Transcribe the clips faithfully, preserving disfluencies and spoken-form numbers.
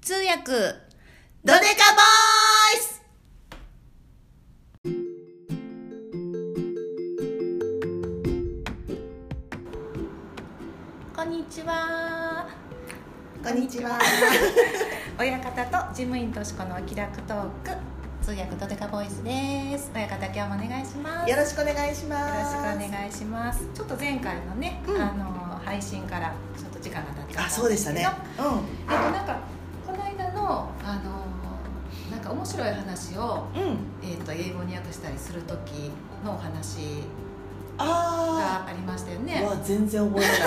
通訳ドデカボイス。こんにちは。 こんにちは。 親方と事務員としこのお気楽トーク、通訳ドデカボイスです。親方、今日もお願いします。 よろしくお願いします。 よろしくお願いします。ちょっと前回のね、うん、あの配信からちょっと時間が経っちゃったんですけど、 あ、そうでしたね。うん。 えっとなんかこの間のあのなんか面白い話を、うん、えっと英語に訳したりする時のお話がありましたよね。 うわ、全然覚えてない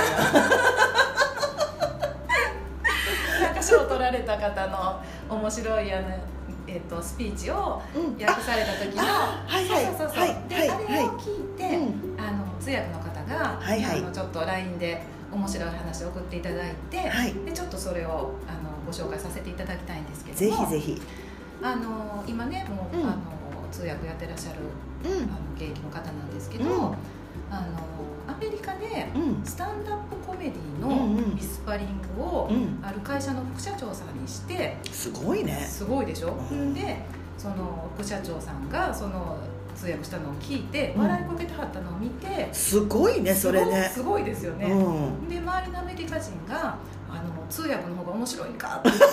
な。 なんか賞を取られた方の面白いあの。えー、とスピーチを訳された時の、 はいはい、 そうそうそう、はい、で、はい、あれを聞いて、うん、あの通訳の方が、はいはい、あのちょっと ライン で面白い話を送っていただいて、はい、でちょっとそれをあのご紹介させていただきたいんですけども、 ぜひぜひあの今ねもう、うん、あの通訳やってらっしゃる、うん、あの現役の方なんですけど、うん、あのアメリカでスタンダップコメディのリスパリングをある会社の副社長さんにして、 すごいね、 すごいでしょ、うん、でその副社長さんがその通訳したのを聞いて笑いこけてはったのを見て、 うん、すごいねそれね、 すごいですよね、うん、で周りのアメリカ人があの通訳の方が面白いんかって言って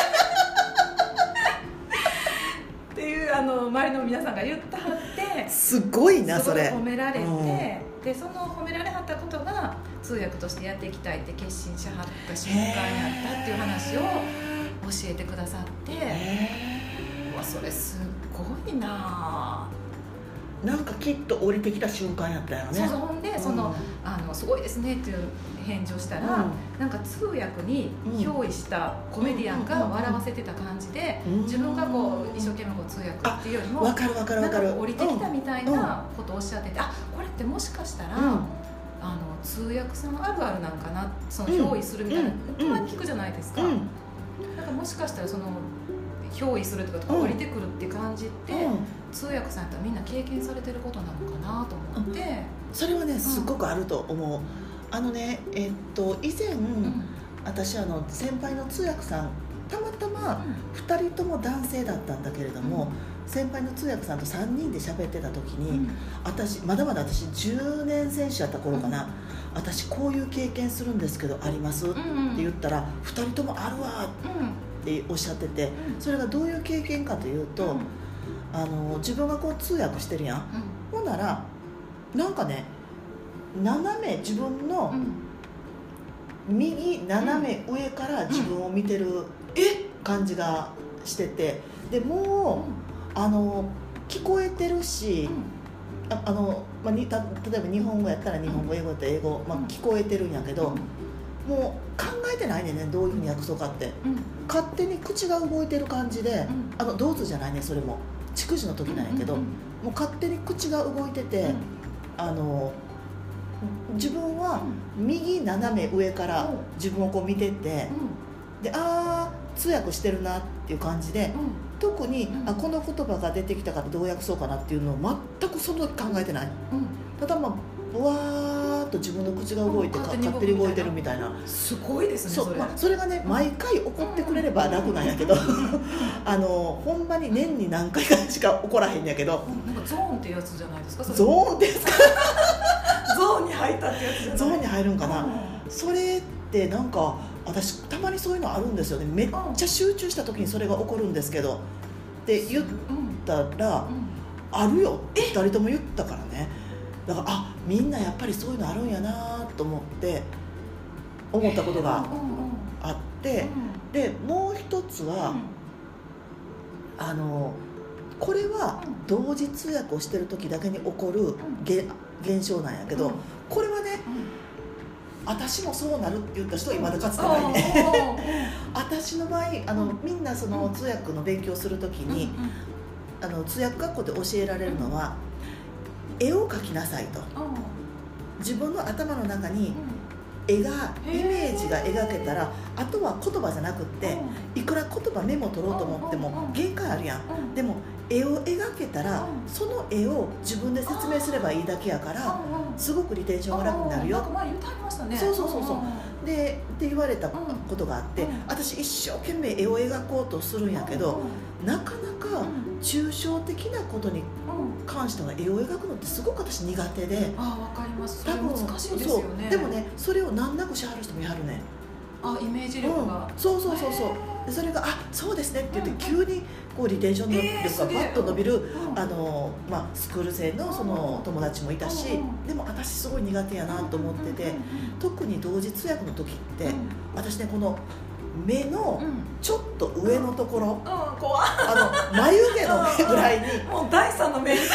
っていうあの周りの皆さんが言ったはってすごいなそれ、 すごい褒められて、うん、でその褒められはったことが通訳としてやっていきたいって決心しはった瞬間やったっていう話を教えてくださって、うわそれすごいな、 なんかきっと降りてきた瞬間やったよね。 そうそう、ほんで、うん、そのあのすごいですねっていう返事をしたら、うん、なんか通訳に憑依したコメディアンが笑わせてた感じで、うん、自分がこう一生懸命こう通訳っていうよりも分かる分かる分かる、 降りてきたみたいなことをおっしゃってて、うん、あ、これってもしかしたら、うん、あの通訳さんあるあるなんかな、その憑依するみたいな、たまに聞くじゃないですか、うん、なんかもしかしたらその憑依するとか、とか降りてくるって感じって、うん、通訳さんやったらみんな経験されてることなのかなと思って、うん、 それはねすごくあると思う、うん、あのねえっと以前、うん、私あの先輩の通訳さんたまたまふたりとも男性だったんだけれども、うん、先輩の通訳さんとさんにんで喋ってた時に、うん、私まだまだ私じゅうねん選手やった頃かな、うん、私こういう経験するんですけどあります、うん、って言ったらふたりともあるわっておっしゃってて、うん、それがどういう経験かというと、うん、あの自分がこう通訳してるやん、うん、ほんならなんかね斜め自分の右斜め上から自分を見てる感じがしてて、でもうあの聞こえてるし、ああの、まあ、にた例えば日本語やったら日本語、英語やったら英語、まあ、聞こえてるんやけど、もう考えてないねんね、どういうふうに訳そうかって、うん、勝手に口が動いてる感じで、うん、あのどうぞじゃないね、それも逐次の時なんやけど、うんうんうん、もう勝手に口が動いてて、うん、あの自分は右斜め上から自分をこう見てて、うん、であー通訳してるなっていう感じで、うん、特に、うん、あこの言葉が出てきたからどう訳そうかなっていうのを全くその時考えてない、うん、ただまあぶわーっと自分の口が動いて、うん、勝手に動いてるみたいな、 すごいですね。 そ, そ, れ,、まあ、それがね毎回起こってくれれば楽なんやけど、うん、あのほんまに年に何回かしか起こらへんやけど、 なんかゾーンってやつじゃないですか、それゾーンってやつかゾーンに入ったってやつじゃない、 ゾーンに入るんかな、うん、それってなんか私たまにそういうのあるんですよね、めっちゃ集中した時にそれが起こるんですけどって言ったら、うんうん、あるよってふたりとも言ったからね、だからあみんなやっぱりそういうのあるんやなと思って思ったことがあって、でもう一つは、うん、あのこれは同時通訳をしてる時だけに起こる現象なんやけど、うん、これはね、うん、私もそうなるって言った人はいまだかつてないね私の場合あのみんなその通訳の勉強する時に、あの通訳学校で教えられるのは、絵を描きなさいと、自分の頭の中に絵がイメージが描けたら、あとは言葉じゃなくって、いくら言葉メモ取ろうと思っても限界あるやん、でも絵を描けたらその絵を自分で説明すればいいだけやから、すごくリテンションが楽になるよ。 なんか前言ってはりましたね。 そうそうそうそう。 でって言われたことがあって、うん、私一生懸命絵を描こうとするんやけど、うん、なかなか抽象的なことに関しては絵を描くのってすごく私苦手で、 ああ分かります。それ難しいですよね。 そうでもね、それを難なくしはる人もやるね。 あ、イメージ力が、 うん、そうそうそうそう。でそれがあそうですねって言って急にこうリテンション力がバッと伸びる、うん、あのまあ、スクール生のその友達もいたし、うん、でも私すごい苦手やなと思ってて、特に同時通訳の時って、うん、私ねこの目のちょっと上のところ、うんうん、 怖あの眉毛の目ぐらいにもう第三の目と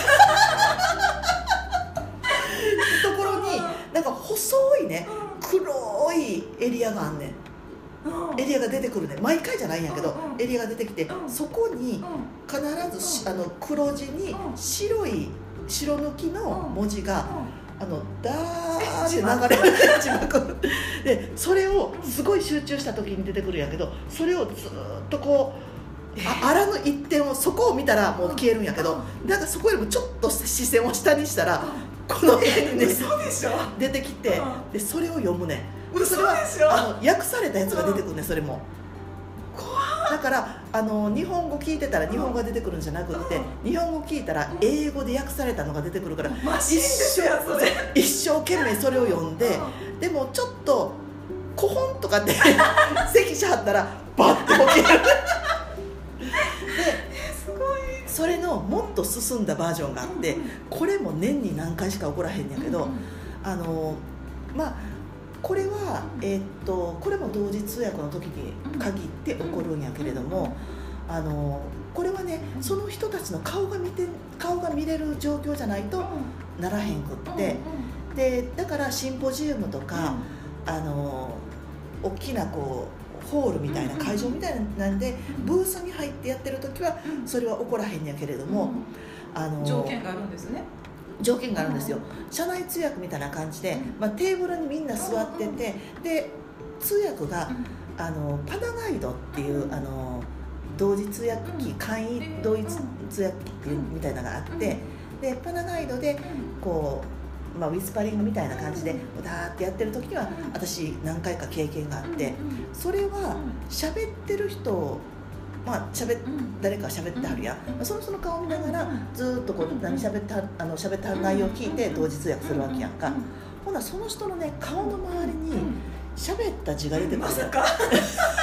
ころになんか細いね黒いエリアがあんねん。エリアが出てくるね、毎回じゃないんやけど、うんうん、エリアが出てきて、うん、そこに必ず、うん、あの黒字に白い白抜きの文字が、うん、あのダーって流れる字幕で、それをすごい集中した時に出てくるんやけど、それをずっとこうああらぬ一点をそこを見たらもう消えるんやけど、なんかそこよりもちょっと視線を下にしたらこの辺にね出てきて、でそれを読むね。それはあの訳されたやつが出てくるね、うん、それもだからあの日本語聞いてたら日本語が出てくるんじゃなくって、うん、日本語聞いたら英語で訳されたのが出てくるから、うん、一生一生懸命それを読んで、うん、でもちょっとコホンとかって咳しはったらバッと起きるですごいそれのもっと進んだバージョンがあって、これも年に何回しか起こらへんやけど、あのまあこれは、えー、っとこれも同時通訳の時に限って起こるんやけれども、あのこれはねその人たちの顔が見て顔が見れる状況じゃないとならへんくって、でだからシンポジウムとかあの大きなこうホールみたいな会場みたいなんでブースに入ってやってる時はそれは起こらへんやけれども、あの条件があるんですね。 条件があるんですよ。社内通訳みたいな感じで、まあ、テーブルにみんな座ってて、で通訳があのパナガイドっていうあの同時通訳機、簡易同一通訳機っていうみたいなのがあって、でパナガイドでこう、まあ、ウィスパリングみたいな感じでダーってやってる時には私何回か経験があって、それは喋ってる人まあ、しゃべ誰か喋ってはるやん、うん、その人の顔を見ながらずっとこう何喋ってはあの喋ってはる内容を聞いて同時通訳するわけやんか。ほなその人のね顔の周りに喋った字が出てくる。 まさかまさか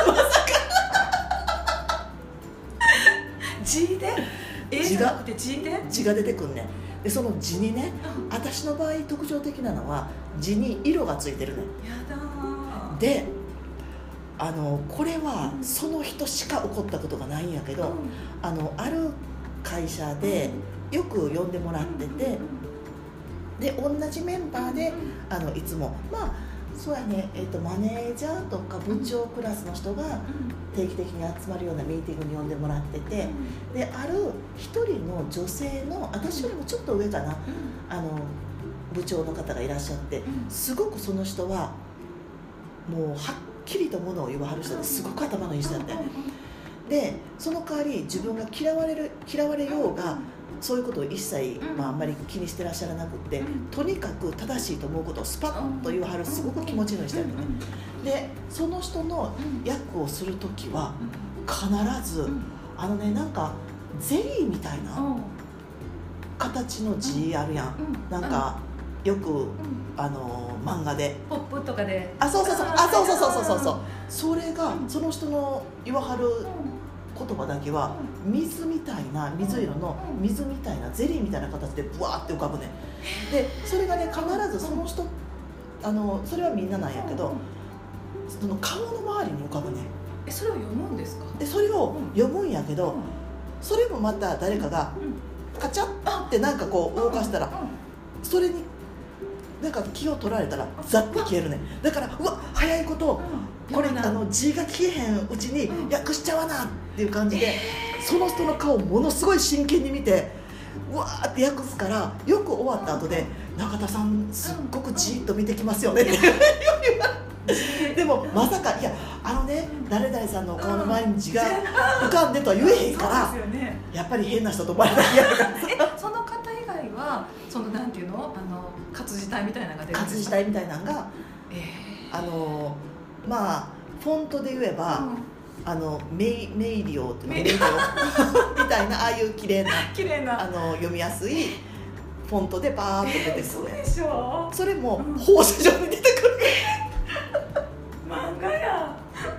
字で字が字で字が出てくるね。でその字にね、私の場合特徴的なのは字に色がついてるね。 やだー。 であのこれはその人しか起こったことがないんやけど、うん、あのある会社でよく呼んでもらってて、で同じメンバーであのいつもまあそうやね、えーと、マネージャーとか部長クラスの人が定期的に集まるようなミーティングに呼んでもらってて、である一人の女性の私よりもちょっと上かな、あの部長の方がいらっしゃって、すごくその人はもうはっきりとものを言わはる人ですごく頭のいい人だったよね。でその代わり自分が嫌われる嫌われようがそういうことを一切、まあ、あんまり気にしてらっしゃらなくって、とにかく正しいと思うことをスパッと言わはるすごく気持ちのいい人だったね。でその人の役をするときは必ずあのねなんかゼリーみたいな形の字あるやん、なんかよくあの漫画でポップとかであそうそうそうあそうそうそうそうそうそうそれがその人の言わはる言葉だけは水みたいな水色の水みたいなゼリーみたいな形でブワーって浮かぶね。でそれがね必ずその人あのそれはみんななんやけどその顔の周りに浮かぶね。 えそれを読むんですか？ でそれを読むんやけど、それもまた誰かがカチャッってなんかこう動かしたらそれになんか気を取られたらザッて消えるね。だからうわ早いことこれあの字が消えへんうちに訳しちゃわなっていう感じで、その人の顔をものすごい真剣に見てうわーって訳すから、よく終わった後で中田さんすっごくじーっと見てきますよねってでもまさかいやあのね誰々さんのお顔の前に字が浮かんでとは言えへんから、やっぱり変な人と思われたら嫌だからえその方以外はそのなんていうのあの活字体みたいなのが出るんですか？ 活字体みたいなのが、 えー、あのまあフォントで言えば、うん、あのメイメイリオっていうのメイリオみたいなああいう綺麗な綺麗なあの読みやすいフォントでバーッと出てくる、 えー、そうでしょ。 それも放射状に出てくる、 うん、漫画や。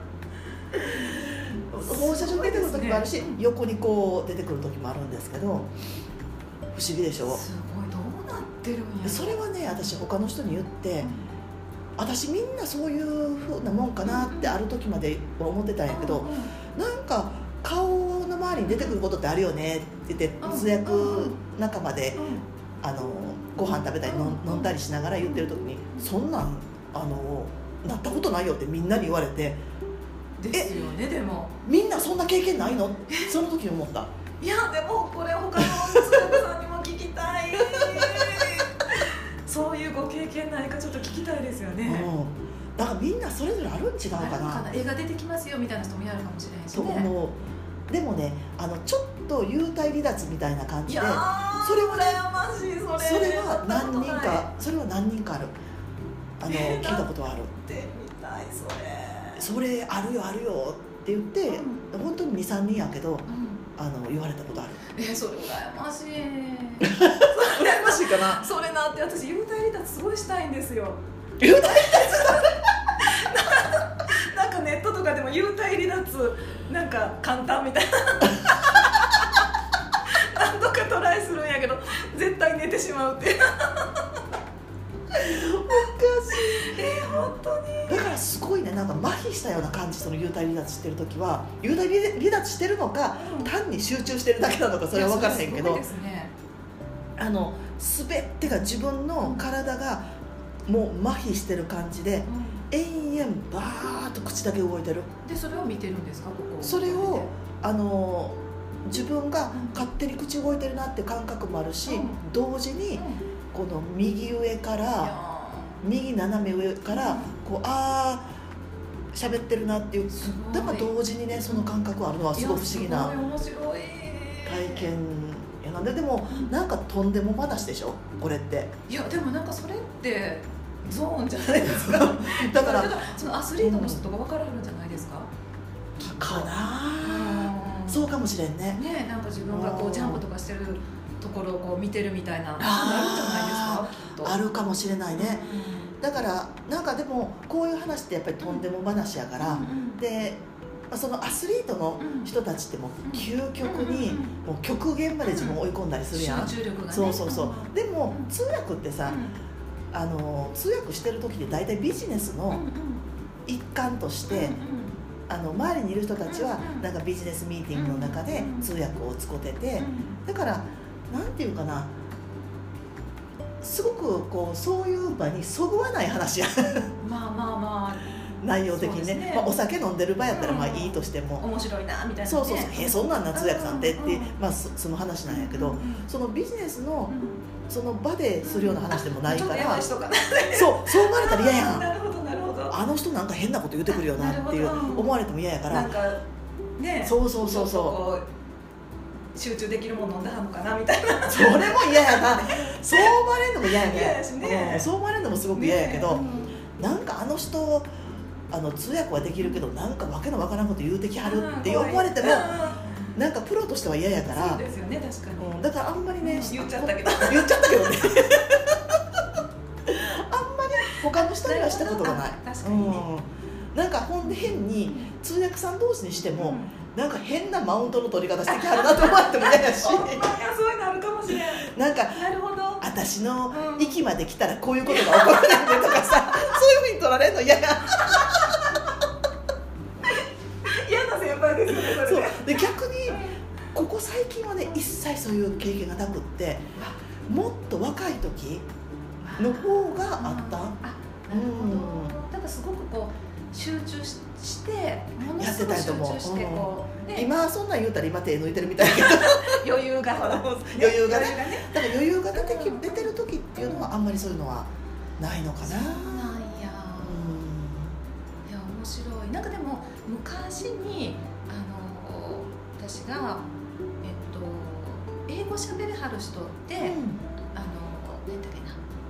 放射状に出てくる時もあるし、ね、横にこう出てくる時もあるんですけど、不思議でしょ。 すごい、どうなってるんや。 それはね、私他の人に言って、うん、私みんなそういう風なもんかなってある時まで思ってたんやけど、うん、なんか顔の周りに出てくることってあるよねって言って、通訳仲間で、うん、あのご飯食べたり、うん、飲んだりしながら言ってる時に、そんなんあのなったことないよってみんなに言われて、 ですよね。でもみんなそんな経験ないの？その時思った。 いやでもこれ他の通訳さんにも聞きたいそういうご経験ないかちょっと聞きたいですよね、 うん、だからみんなそれぞれあるん違うかな。 かな、絵が出てきますよみたいな人もやるかもしれないしね。 と思う。でもね、あのちょっと幽体離脱みたいな感じで、それはね、羨ましい。それ、 それは何人か、それは何人かある。あの、えー、聞いたことある。 ってみたい。それそれあるよあるよって言って、うん、本当に にさんにんやけど、うん、あの言われたことある。 えー、それ羨ましい羨ましいかな。 それなって、私幽体離脱すごいしたいんですよ。 幽体離脱なんかネットとかでも幽体離脱なんか簡単みたいな何度かトライするんやけど絶対寝てしまうっておかしい。えー、本当に。 だからすごいね、なんか麻痺したような感じ。その幽体離脱してる時は幽体離脱してるのか、うん、単に集中してるだけなのか、それは分からへんけど、 ですね、 あの全てが自分の体がもう麻痺してる感じで、うん、延々バーッと口だけ動いてる。 でそれを見てるんですか？ここそれをあの自分が勝手に口動いてるなって感覚もあるし、うん、同時に、うん、この右上から右斜め上からこうあー喋ってるなっていう、だから同時にねその感覚あるのはすごい不思議な体験やな。ででもなんかとんでも話でしょこれって。いやでもなんかそれってゾーンじゃないですかだからそのアスリートの人とか分からはるんじゃないですか、 うん、かな、そうかもしれんね。 ね、なんか自分がこうジャンプとかしてるところをこう見てるみたいな、あるんじゃないですかきっと。 あるかもしれないね、うん、だからなんかでもこういう話ってやっぱりとんでも話やから、うん、でそのアスリートの人たちってもう究極にもう極限まで自分を追い込んだりするやん、 集中力がね。 そうそうそう。でも通訳ってさ、あの通訳してる時って大体ビジネスの一環として、あの周りにいる人たちはなんかビジネスミーティングの中で通訳を使ってて、だからなんていうかな、すごくこうそういう場にそぐわない話やまあまあまあ内容的に ね, ね、まあ、お酒飲んでる場合やったらまあいいとしても、 うん、面白いなみたいな、ね、 そうそうそう、えそんなんな通訳さんってって、うん、まあ、そ, その話なんやけど、うん、そのビジネスの、うん、その場でするような話でもないから、うん、そうそう思われたら嫌やんなるほどなるほど、 あの人なんか変なこと言ってくるよなっていう思われても嫌やから、 なんかね、 そうそうそうそう集中できるもの飲んではんのかなみたいなそれも嫌やなそう思われるのも嫌やね、 嫌やしね、 うん、そう思われるのもすごく嫌やけど、ね、うん、なんかあの人あの通訳はできるけどなんかわけのわからんこと言うてきはるって思われても、うん、なんかプロとしては嫌やから。 そうですよね、確かに、 うん、だからあんまりね、うん、 言っちゃったけど言っちゃったけどねあんまり他の人にはしたことがない。 確かに、ね、 うん、なんかほんで変に通訳さん同士にしても、うん、なんか変なマウントの取り方してきはるなと思われても嫌やしそういうのあるかもしれんなんかなるほど、 私の息まで来たらこういうことが起こるなんてとかさそういうふうに取られるの嫌や嫌な先輩ですよね、それで。 そうで逆にここ最近はね一切そういう経験がなくって、もっと若い時の方があった。 あ、なるほど。だからすごくこう集中ししてものすごく集中してこう、ね、 今そんなん言うたら今手抜いてるみたいだけど余裕が余裕がね、だから余裕が出てき、出てる時っていうのはあんまりそういうのはないのかな。そうなんや、 うん、いや面白い。なんかでも昔にあの私がえっと英語喋れはる人って、うん、あの何だっけな、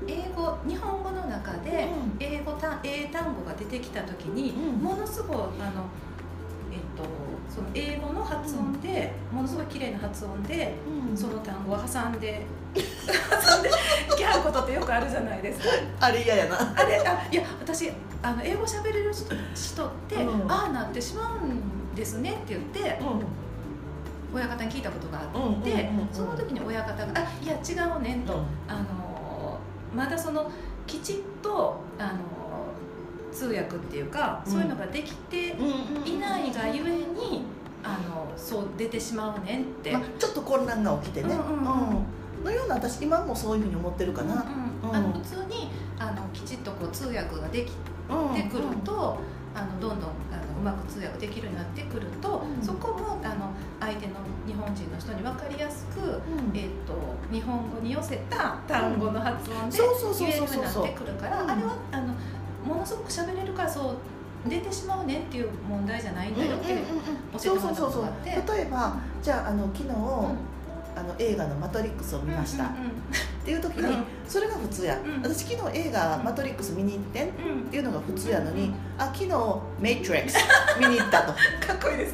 英語日本語の中で英語た英単語が出てきた時に、うん、ものすごいあの、えっと、その英語の発音で、うん、ものすごい綺麗な発音で、うん、その単語を挟んで挟んできはることってよくあるじゃないですか。 あれ嫌やな。 あれあいや私あの英語喋れる人、人って、うん、ああなってしまうんですねって言って、うん、親方に聞いたことがあって、うんうんうんうん、その時に親方が「あいや違うねん」と、うん、あのまだそのきちっとあの通訳っていうか、うん、そういうのができていないがゆえにあのそう出てしまうねんって、 まあ、ちょっと混乱が起きてね、うんうんうん、のような私今もそういうふうに思ってるかな、 うんうん、あの普通にあのきちっとこう通訳ができてくると、うんうん、あのどんどんあのうまく通訳できるようになってくると、うん、そこもあの相手の日本人の人に分かりやすく、うんえー、と日本語に寄せた単語の発音で言えるようになってくるから、あれはあのものすごく喋れるからそう出てしまうねっていう問題じゃないんだよって教えてもらったことがあって、 例えばじゃあ、あの昨日、うん、あの映画のマトリックスを見ました、うんうんうん、っていう時に、うん、それが普通や、うん、私昨日映画マトリックス見に行ってん、うん、っていうのが普通やのに、うん、あ昨日メイトリックス見に行ったとかっこいいですね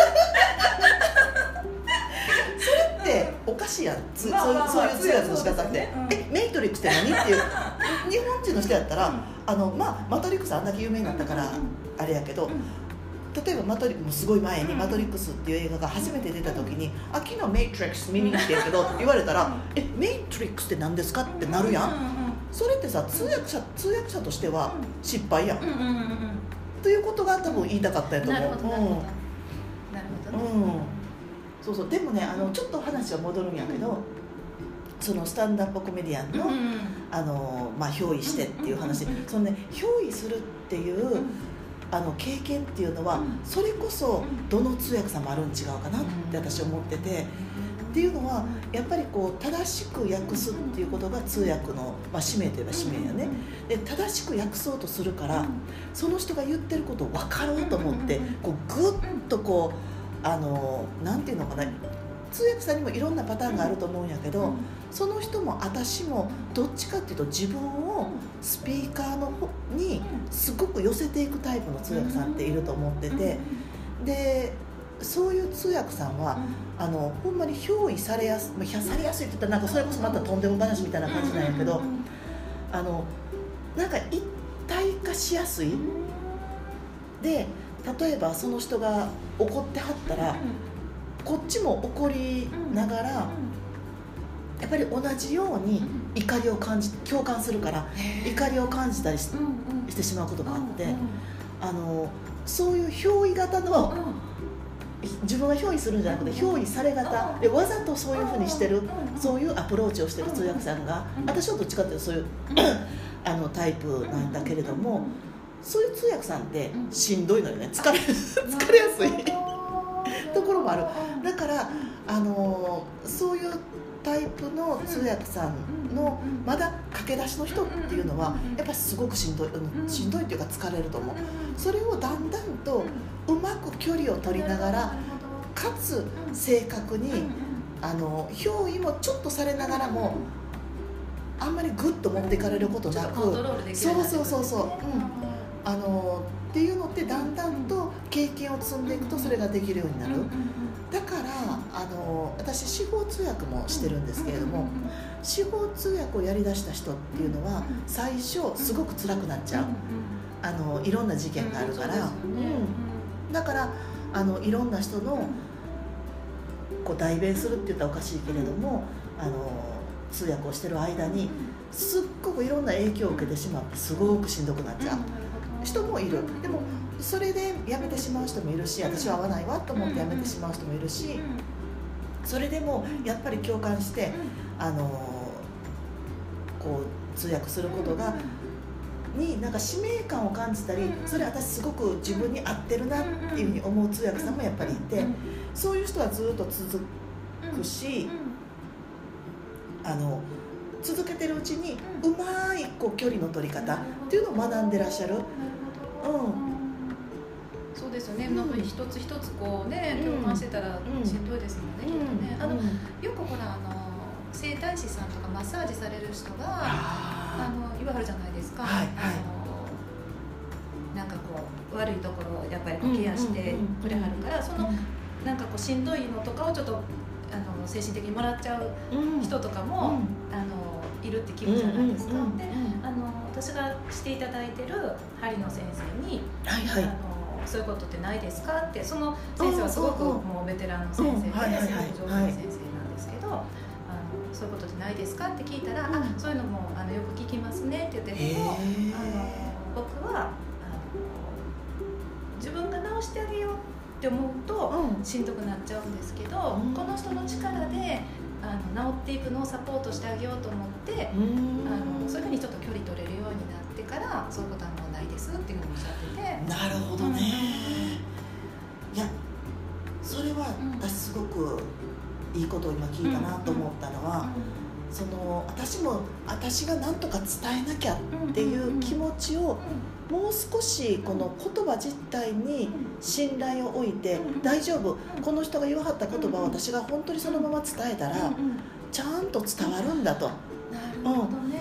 それっておかしいやん、つ、まあまあ、そういう通訳の仕方って、ねうん、えメイトリックスって何っていう日本人の人やったら、うん、あのまあ、マトリックスあんだけ有名になったからあれやけど、うん例えばマトリもうすごい前にマトリックスっていう映画が初めて出た時に「あ昨日メイトリックス見に行ってるけど」って言われたら「えメイトリックスって何ですか?」ってなるやん。それってさ通訳者通訳者としては失敗やん、ということが多分言いたかったやと思う。なるほどなるほど、なるほどね、うん、そうそう。でもねあのちょっと話は戻るんやけど、そのスタンダップコメディアンの、あのまあ憑依してっていう話、そのね憑依するっていうあの経験っていうのは、うん、それこそどの通訳さんもあるん違うかなって私は思ってて、うん、っていうのはやっぱりこう正しく訳すっていうことが通訳の、まあ、使命といえば使命やね。で正しく訳そうとするから、その人が言ってることを分かろうと思ってこうグッとこうあのなんていうのかな、通訳さんにもいろんなパターンがあると思うんやけど、その人も私もどっちかっていうと自分をスピーカーの方にすごく寄せていくタイプの通訳さんっていると思ってて、でそういう通訳さんはあのほんまに憑依されやすい、されやすいって言ったらなんかそれこそまたとんでも話みたいな感じなんやけど、あのなんか一体化しやすいで、例えばその人が怒ってはったらこっちも怒りながらやっぱり同じように怒りを感じ共感するから怒りを感じたり し,、うんうん、してしまうことがあって、うんうん、あのそういう憑依型の、うん、自分が憑依するんじゃなくて憑依され型でわざとそういうふうにしてる、そういうアプローチをしてる通訳さんが、私はどっちかっていうとそういうあのタイプなんだけれども、そういう通訳さんってしんどいのよね、疲れ疲れやすいところもある。だからあのそういうタイプの通訳さんのまだ駆け出しの人っていうのはやっぱりすごくしんどい、しんどいっていうか疲れると思う。それをだんだんとうまく距離を取りながらかつ正確にあの憑依もちょっとされながらもあんまりグッと持っていかれることなく、そうそうそうそう、うん、あのっていうのってだんだんと経験を積んでいくとそれができるようになる。だからあの私司法通訳もしてるんですけれども、司法通訳をやりだした人っていうのは最初すごく辛くなっちゃう、あのいろんな事件があるから、うん、だからあのいろんな人のこう代弁するって言ったらおかしいけれども、あの通訳をしてる間にすっごくいろんな影響を受けてしまってすごくしんどくなっちゃう人もいる。でもそれで辞めてしまう人もいるし、私は合わないわと思って辞めてしまう人もいるし、それでもやっぱり共感してあのこう通訳することがになんか使命感を感じたり、それ私すごく自分に合ってるなっていうふうに思う通訳さんもやっぱりいて、そういう人はずっと続くし、あの続けてるうちにうまいこう距離の取り方っていうのを学んでらっしゃる。うん、 そうですよね、うん、一つ一つこうね共感してたらしんどいですもんね、うん、きっとね。あの、うん、よくほらあの整体師さんとかマッサージされる人があの言わはるじゃないですか、 はいはい、 あのなんかこう悪いところをやっぱりケアしてくれはるから、そのなんかこうしんどいのとかをちょっとあの精神的にもらっちゃう人とかも、うん、あのいるって聞くじゃないですか。で、あの私がしていただいてる針の先生に、はいはい、あのそういうことってないですかって、その先生はすごくもうベテランの先生ですごく上手な先生なんですけど、あのそういうことってないですかって聞いたら、うん、あそういうのもあのよく聞きますねって言ってても、あの僕はあの自分が直してあげようって思うと、うん、しんどくなっちゃうんですけど、うん、この人の力であの治っていくのをサポートしてあげようと思って、うん、あのそういうふうにちょっと距離取れるようになってからそういうことはもうないですっていうふうにおっしゃってて。 なるほどね、うん、いやそれは私すごくいいことを今聞いたなと思ったのは、うんうん、その私も私が何とか伝えなきゃっていう気持ちをもう少しこの言葉自体に信頼を置いて、大丈夫、この人が言わはった言葉を私が本当にそのまま伝えたらちゃんと伝わるんだと、うん、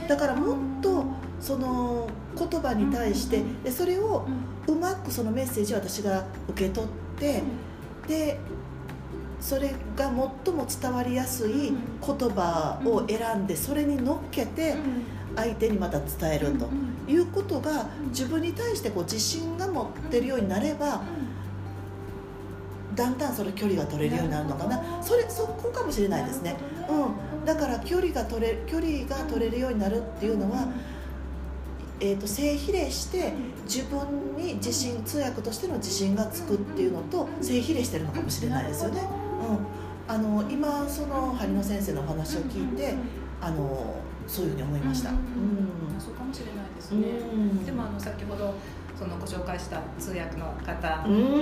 だからもっとその言葉に対してでそれをうまくそのメッセージを私が受け取ってでそれが最も伝わりやすい言葉を選んでそれに乗っけて相手にまた伝えるということが自分に対してこう自信が持ってるようになればだんだんその距離が取れるようになるのかな、それそこかもしれないですね、うん、だから距離が取れ距離が取れるようになるっていうのは、えーと、正比例して自分に自信通訳としての自信がつくっていうのと正比例してるのかもしれないですよね、うん、あの今その針野先生のお話を聞いてあのそういうふうに思いました、うんうん、 そうかもしれないですね、うん、でもあの先ほどそのご紹介した通訳の方の、うんうん、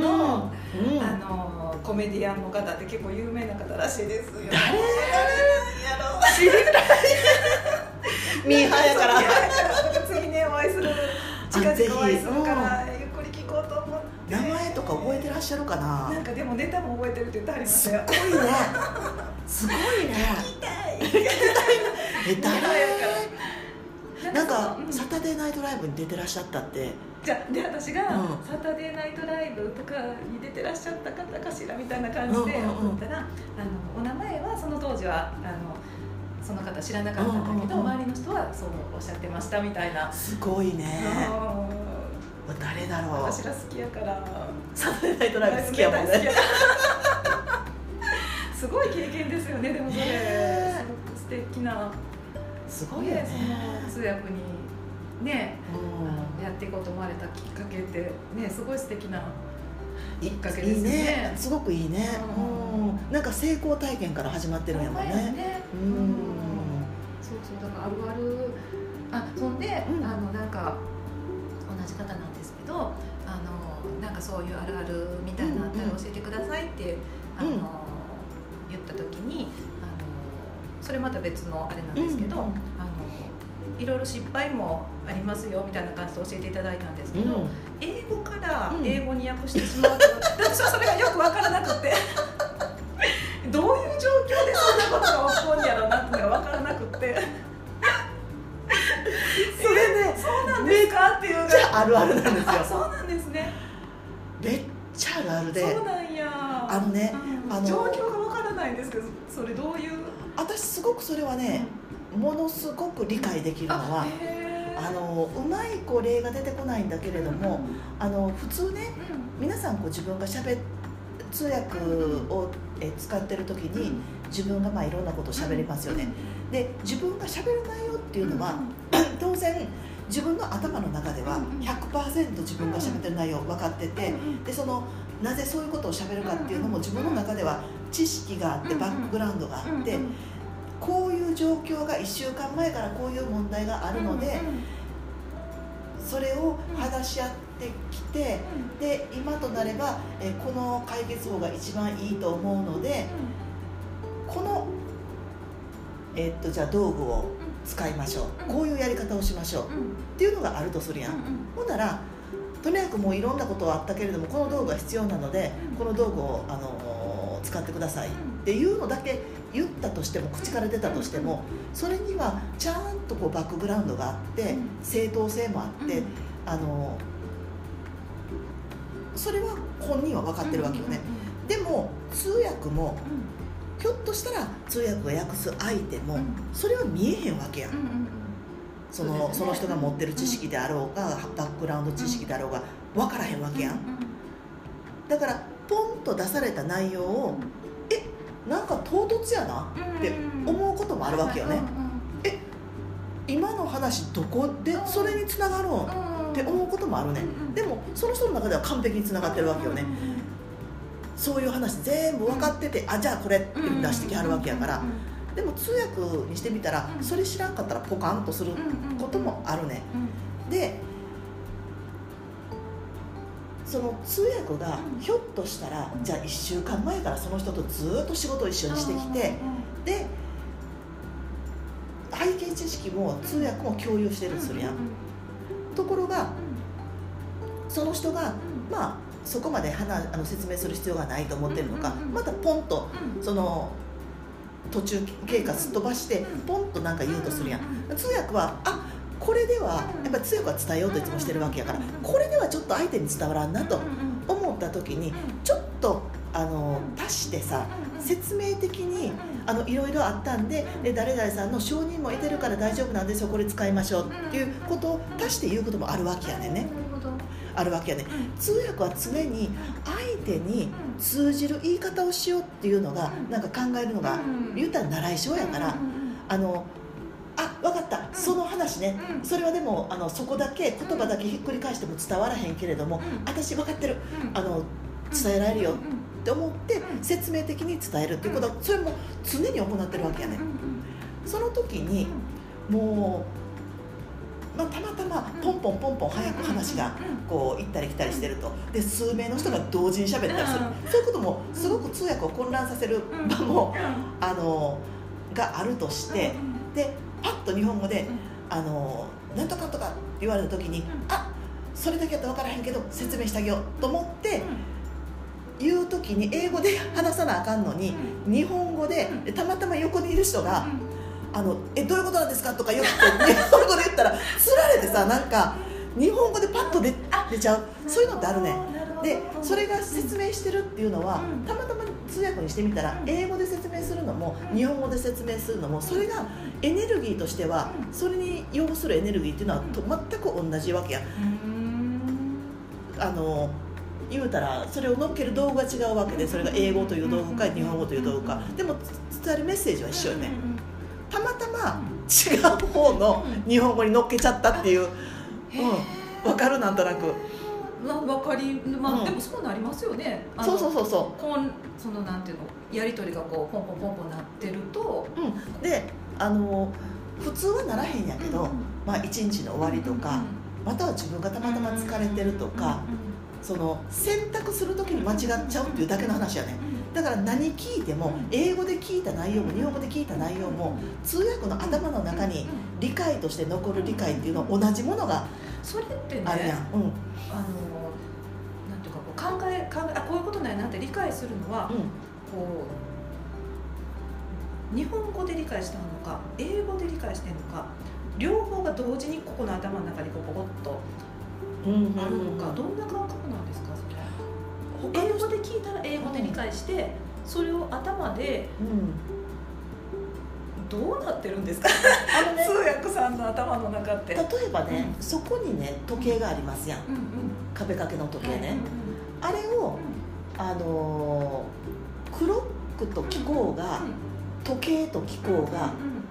あのコメディアンの方って結構有名な方らしいですよ。誰やろ知りたいミーハーやから次ねお会いする近々お会いするからゆっくり聞こうと思って名前とか覚えてらっしゃるかな。 なんかでもネタも覚えてるって言ってはりましたよ。 すごいねすごいね聞きたい聞きたいえ誰なんか、うん、サタデーナイトライブに出てらっしゃったってじゃで私が、うん、サタデーナイトライブとかに出てらっしゃった方かしらみたいな感じで送ったら、うんうんうん、あのお名前はその当時はあのその方知らなかったんだけど、うんうんうん、周りの人はそうおっしゃってましたみたいな。 すごいね。誰だろう。 私が好きやからサタデーナイトライブ好きやもんねすごい経験ですよね。でもそれ、えー、すごく素敵なすごいよね。 その通訳にね、うん、やっていこうと思われたきっかけってねすごい素敵なきっかけですよね。いいね、 すごくいいね、うんうん、なんか成功体験から始まってるんやもんね。 ね、うん、うん、そうそうだからあるあるあそんで、うん、あのなんか同じ方なんですけどあのなんかそういうあるあるみたいなのあったら教えてくださいって、うんうん、あの言った時にあのそれまた別のあれなんですけど、うん、あのいろいろ失敗もありますよみたいな感じで教えていただいたんですけど、うん、英語から英語に訳してしまうと、うん、私はそれがよく分からなくてどういう状況でそんなことが起こるんやろうなっていうのが分からなくてそれね、 そうなんですかっていうめっちゃあるあるなんですよ。 そうなんですね。 めっちゃあるあるで。 そうなんや。 あのね、 うん、あの状況が分からないんですけど、それどういう？ 私すごくそれはね、うん、ものすごく理解できるのは、あ, あのうまいこう例が出てこないんだけれども、うん、あの普通ね、うん、皆さんこう自分がしゃべ通訳をえ使ってる時に、うん、自分がまあいろんなことをしゃべりますよね。で自分がしゃべる内容っていうのは、うん、当然自分の頭の中では ひゃくパーセント 自分がしゃべってる内容分かってて、でそのなぜそういうことをしゃべるかっていうのも自分の中では知識があってバックグラウンドがあって、こういう状況がいっしゅうかんまえからこういう問題があるので、それを話し合ってきて、で今となればえこの解決法が一番いいと思うので、このえっとじゃあ道具を使いましょう、こういうやり方をしましょうっていうのがあるとするやん。ほんならとにかくもういろんなことはあったけれどもこの道具が必要なのでこの道具をあの使ってくださいっていうのだけ言ったとしても、口から出たとしても、それにはちゃんとこうバックグラウンドがあって正当性もあって、あのそれは本人は分かってるわけよね。でも通訳もひょっとしたら通訳が訳す相手もそれは見えへんわけやん。その、その人が持ってる知識であろうがバックグラウンド知識であろうが分からへんわけやん。だからポンと出された内容をえなんか唐突やなって思うこともあるわけよね。え今の話どこでそれにつながるんって思うこともあるね。でもその人の中では完璧につながってるわけよね。そういう話全部分かってて、あじゃあこれって出してきはるわけやから。でも通訳にしてみたらそれ知らんかったらポカンとすることもあるね。でその通訳がひょっとしたらじゃあいっしゅうかんまえからその人とずっと仕事を一緒にしてきて、で背景知識も通訳も共有してるとするやん。ところがその人がまあそこまで話あの説明する必要がないと思ってるのか、またポンとその途中経過すっ飛ばしてポンとなんか言うとするやん。通訳はあこれではやっぱり通訳は伝えようといつもしてるわけやから、これではちょっと相手に伝わらんなと思った時にちょっとあの足してさ、説明的にあのいろいろあったんで、で誰々さんの承認も得てるから大丈夫なんですよ、これ使いましょうっていうことを足して言うこともあるわけやねんね。あるわけやね。通訳は常に相手に通じる言い方をしようっていうのがなんか考えるのが言ったら習い性やから、あのあ分かったその話ね、それはでもあのそこだけ言葉だけひっくり返しても伝わらへんけれども、私分かってる、あの伝えられるよって思って説明的に伝えるっていうことはそれも常に行ってるわけやね。その時にもう、まあ、たまたまポンポンポンポン早く話がこう行ったり来たりしてると、で数名の人が同時に喋ったりする、そういうこともすごく通訳を混乱させる場もあのがあるとして、でパッと日本語であのなんとかとかって言われた時に、あそれだけやったら分からへんけど説明してあげようと思って言う時に英語で話さなあかんのに日本語で、たまたま横にいる人があのえどういうことなんですかとかよく日本語で言ったらつられてさ、なんか日本語でパッと 出, 出ちゃう、そういうのってあるね。でそれが説明してるっていうのはたまたま通訳にしてみたら英語で説明するのも日本語で説明するのも、それがエネルギーとしてはそれに要するエネルギーっていうのはと全く同じわけや。あの言うたらそれを乗っける道具が違うわけで、それが英語という道具か日本語という道具かでも伝えるメッセージは一緒よね。たまたま違う方の日本語に乗っけちゃったっていう、うん、分かるなんとなく。 分かり、まあ、うん、でもそうなりますよね。 そうそうそうそう。 こんそのなんていうのやり取りがこうポンポンポンポンなってると、 うん、であの普通はならへんやけど、うん、まあ一日の終わりとか、うん、または自分がたまたま疲れてるとか、うん、その選択するときに間違っちゃうっていうだけの話やね。だから何聞いても英語で聞いた内容も日本語で聞いた内容も通訳の頭の中に理解として残る理解っていうのは同じものがそれってね、 あるやん。うん、 あのなんていうかこう考え考えあこういうことなんやなって理解するのは、うん、こう日本語で理解したのか英語で理解してるのか両方が同時にここの頭の中にこうポコッとあるのか、どんな感覚なんですかそれ。英語で聞いたら英語で理解して、それを頭で、うん、どうなってるんですかあの、ね、通訳さんの頭の中って。 例えばね、うん、そこにね時計がありますやん、うんうん、壁掛けの時計ね、はい、あれを、うん、あのクロックと記号が、うん、時計と記号が、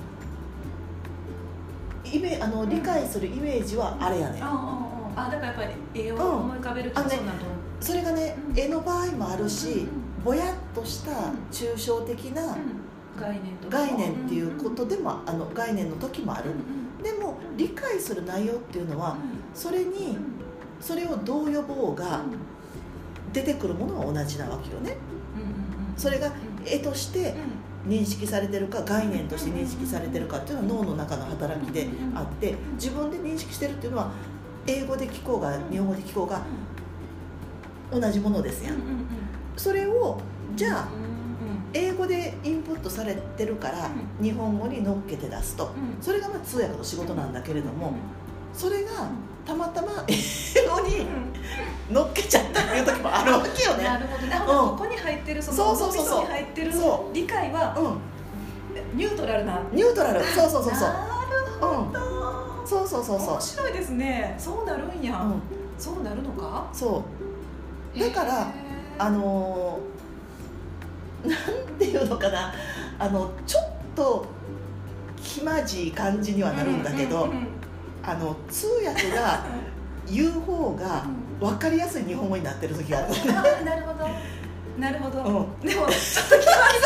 うん、イメあの理解するイメージはあれやね、うん、 ああだからやっぱり絵を思い浮かべるとそうなると、 それがね、うん、絵の場合もあるし、うん、ぼやっとした抽象的な、うん、 概念と概念っていうことでも、うん、あの概念の時もある、うん、でも理解する内容っていうのは、うん、それにそれをどう呼ぼうが出てくるものは同じなわけよね、うん、それが絵として認識されてるか概念として認識されてるかっていうのは脳の中の働きであって、自分で認識してるっていうのは英語で聞こうが日本語で聞こうが同じものですやん。それをじゃあ英語でインプットされてるから、うん、日本語に乗っけて出すと、うん、それがまあ通訳の仕事なんだけれども、うん、それがたまたま英語に乗っけちゃったっていう時もあるわけよね。 なるほどね、うん、ここに入ってるその脳みそに入ってる理解は、うん、ニュートラルなニュートラルそうそうそうそう、 なるほど、 うん、そうそうそうそう、 面白いですね。そうなるんや、うん、そうなるのか。 そうだからあのー、なんていうのかな、あのちょっと気まじい感じにはなるんだけど、うんうんうん、あの通訳が言う方が分かりやすい日本語になってる時がある、ね、 あなるほどなるほど、うん、でもちょっと気まじい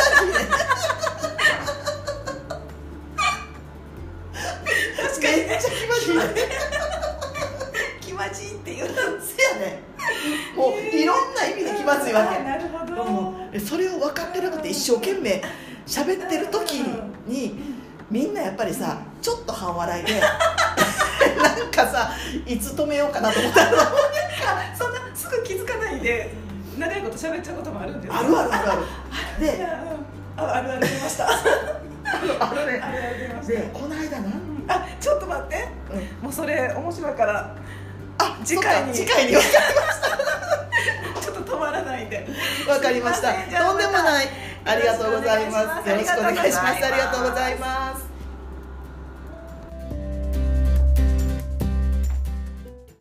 確かにめっちゃ気まじい気まじいっていうせやね、もういろんな意味で気まずいわけ。 なるほど、 うん、それを分かってなくて一生懸命喋ってる時にみんなやっぱりさちょっと半笑いでなんかさいつ止めようかなと思ったのそんなすぐ気づかないで長いこと喋っちゃうこともあるんです。 あるあるあるあるで、 ああるある出ましたあるあるね、 あるある出ました。 でこの間な、 あちょっと待って、うん、もうそれ面白いからあ次回に次回に分かりましたちょっと止まらないで分かりました、とんでもない、ありがとうございます、よろしくお願いします、ありがとうございます。